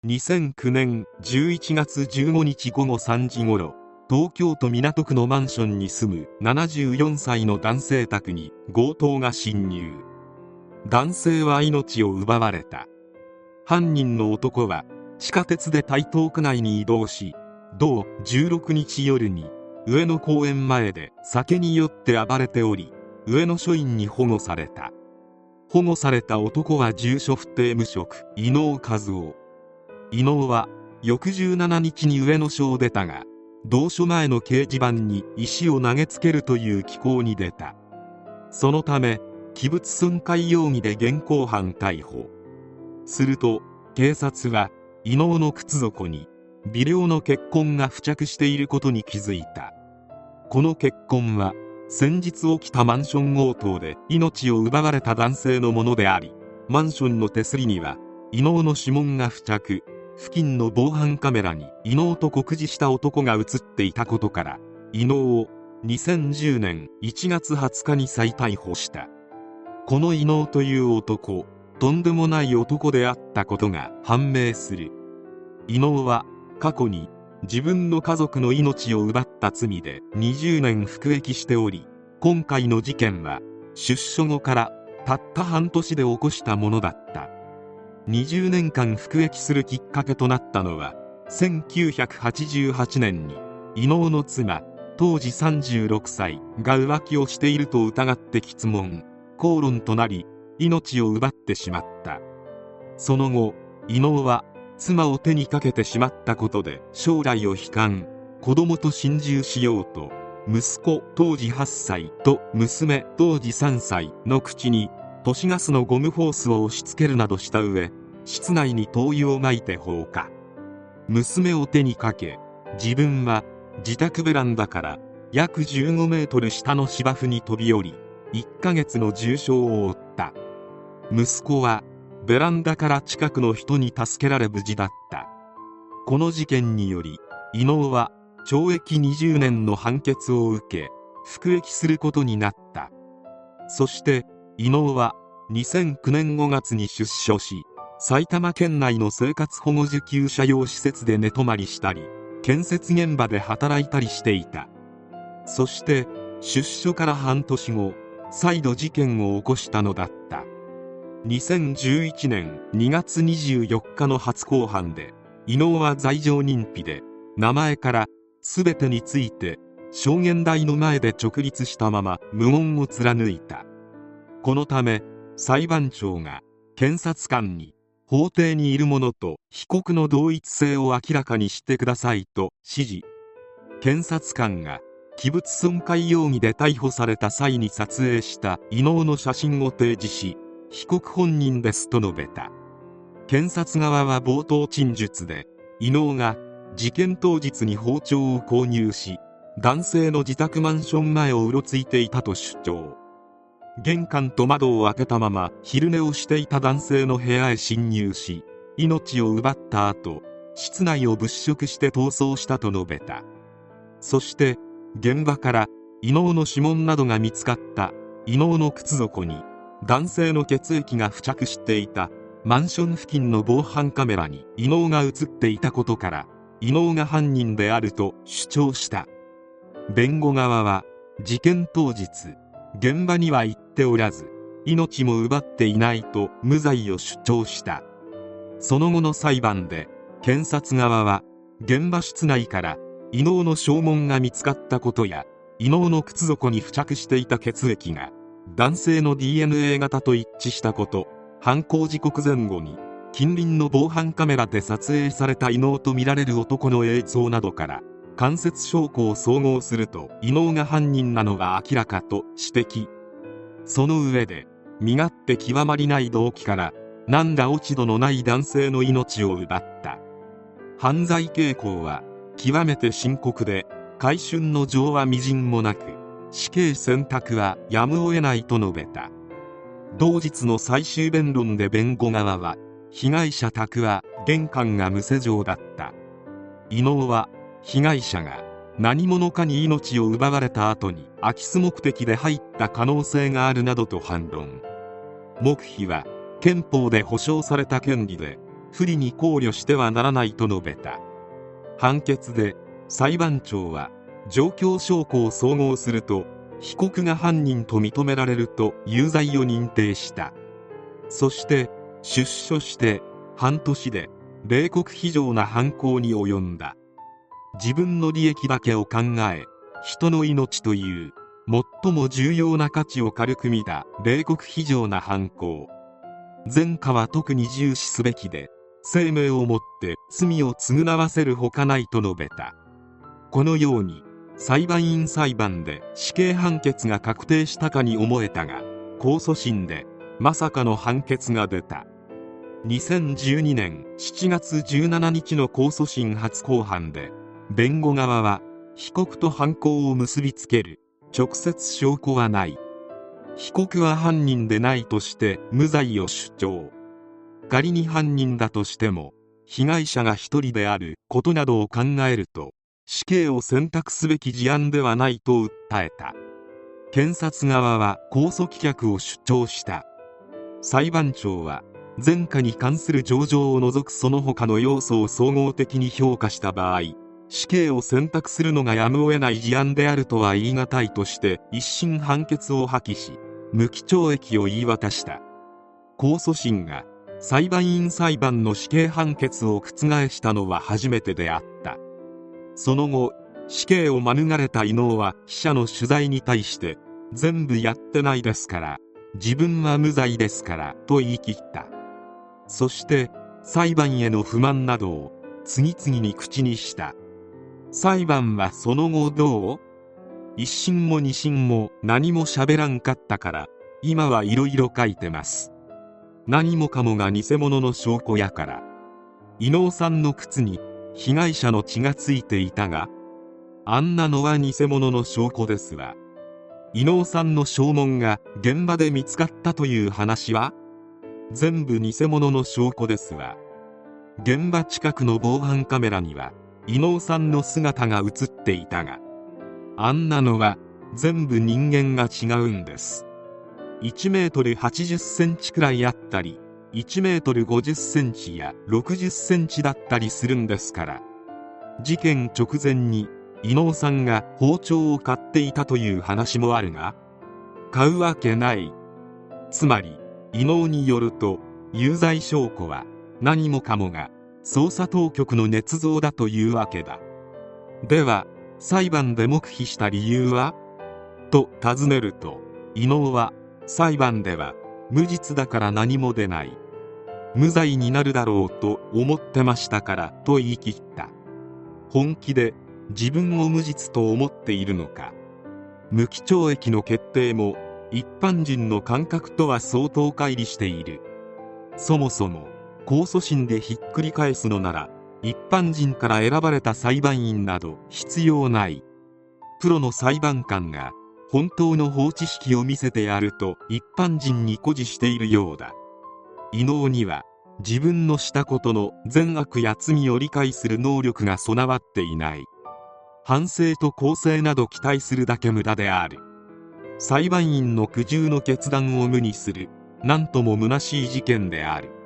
2009年11月15日午後3時ごろ、東京都港区のマンションに住む74歳の男性宅に強盗が侵入。男性は命を奪われた。犯人の男は地下鉄で台東区内に移動し、同16日夜に上野公園前で酒に酔って暴れており、上野署員に保護された。保護された男は住所不定無職、伊能和夫。伊能は翌17日に上野署を出たが、同署前の掲示板に石を投げつけるという奇行に出た。そのため器物損壊容疑で現行犯逮捕。すると警察は伊能の靴底に微量の血痕が付着していることに気づいた。この血痕は先日起きたマンション強盗で命を奪われた男性のものであり、マンションの手すりには伊能の指紋が付着、付近の防犯カメラに伊能と酷似した男が映っていたことから、伊能を2010年1月20日に再逮捕した。この伊能という男、とんでもない男であったことが判明する。伊能は過去に自分の家族の命を奪った罪で20年服役しており、今回の事件は出所後からたった半年で起こしたものだった。20年間服役するきっかけとなったのは、1988年に伊能の妻、当時36歳が浮気をしていると疑って詰問口論となり、命を奪ってしまった。その後伊能は妻を手にかけてしまったことで将来を悲観、子供と心中しようと息子当時8歳と娘当時3歳の口に都市ガスのゴムホースを押し付けるなどした上、室内に灯油をまいて放火。娘を手にかけ、自分は自宅ベランダから約15メートル下の芝生に飛び降り、1ヶ月の重傷を負った。息子はベランダから近くの人に助けられ無事だった。この事件により伊能は懲役20年の判決を受け、服役することになった。そして伊能は2009年5月に出所し、埼玉県内の生活保護受給者用施設で寝泊まりしたり、建設現場で働いたりしていた。そして出所から半年後、再度事件を起こしたのだった。2011年2月24日の初公判で伊能は罪状認否で、名前から全てについて証言台の前で直立したまま無言を貫いた。このため裁判長が検察官に、法廷にいる者と被告の同一性を明らかにしてくださいと指示。検察官が器物損壊容疑で逮捕された際に撮影した伊能の写真を提示し、被告本人ですと述べた。検察側は冒頭陳述で、伊能が事件当日に包丁を購入し、男性の自宅マンション前をうろついていたと主張。玄関と窓を開けたまま昼寝をしていた男性の部屋へ侵入し、命を奪った後、室内を物色して逃走したと述べた。そして現場から伊能の指紋などが見つかった伊能の靴底に男性の血液が付着していたマンション付近の防犯カメラに伊能が映っていたことから伊能が犯人であると主張した。弁護側は事件当日現場には行っておらず命も奪っていないと無罪を主張した。その後の裁判で検察側は現場室内から伊能の掌紋が見つかったことや伊能の靴底に付着していた血液が男性の DNA 型と一致したこと、犯行時刻前後に近隣の防犯カメラで撮影された伊能とみられる男の映像などから間接証拠を総合すると伊能が犯人なのが明らかと指摘。その上で身勝手極まりない動機から何ら落ち度のない男性の命を奪った。犯罪傾向は極めて深刻で改悛の情はみじんもなく、死刑選択はやむを得ないと述べた。同日の最終弁論で弁護側は、被害者宅は玄関が無施錠だった。伊能は被害者が何者かに命を奪われた後に空き巣目的で入った可能性があるなどと反論。黙秘は憲法で保障された権利で、 不利に考慮してはならないと述べた。判決で裁判長は、状況証拠を総合すると被告が犯人と認められると有罪を認定した。そして出所して半年で冷酷非情な犯行に及んだ。自分の利益だけを考え、人の命という最も重要な価値を軽く見た冷酷非情な犯行。前科は特に重視すべきで、生命をもって罪を償わせるほかないと述べた。このように裁判員裁判で死刑判決が確定したかに思えたが、控訴審でまさかの判決が出た。2012年7月17日の控訴審初公判で、弁護側は被告と犯行を結びつける直接証拠はない、被告は犯人でないとして無罪を主張。仮に犯人だとしても被害者が一人であることなどを考えると死刑を選択すべき事案ではないと訴えた。検察側は控訴棄却を主張した。裁判長は前科に関する情状を除くその他の要素を総合的に評価した場合、死刑を選択するのがやむを得ない事案であるとは言い難いとして一審判決を破棄し、無期懲役を言い渡した。控訴審が裁判員裁判の死刑判決を覆したのは初めてであった。その後、死刑を免れた伊能は記者の取材に対して、全部やってないですから、自分は無罪ですからと言い切った。そして裁判への不満などを次々に口にした。裁判はその後どう？一審も二審も何も喋らんかったから、今はいろいろ書いてます。何もかもが偽物の証拠やから。伊能さんの靴に被害者の血がついていたが、あんなのは偽物の証拠ですわ。伊能さんの証文が現場で見つかったという話は全部偽物の証拠ですわ。現場近くの防犯カメラには伊能さんの姿が映っていたが、あんなのは全部人間が違うんです。1メートル80センチくらいあったり、1メートル50センチや60センチだったりするんですから。事件直前に伊能さんが包丁を買っていたという話もあるが、買うわけない。つまり伊能によると、有罪証拠は何もかもが捜査当局の捏造だというわけだ。では裁判で黙秘した理由はと尋ねると、伊能は裁判では無実だから何も出ない、無罪になるだろうと思ってましたからと言い切った。本気で自分を無実と思っているのか。無期懲役の決定も一般人の感覚とは相当乖離している。そもそも控訴審でひっくり返すのなら、一般人から選ばれた裁判員など必要ない。プロの裁判官が本当の法知識を見せてやると一般人に誇示しているようだ。伊能には自分のしたことの善悪や罪を理解する能力が備わっていない。反省と更生など期待するだけ無駄である。裁判員の苦渋の決断を無にする、なんとも虚しい事件である。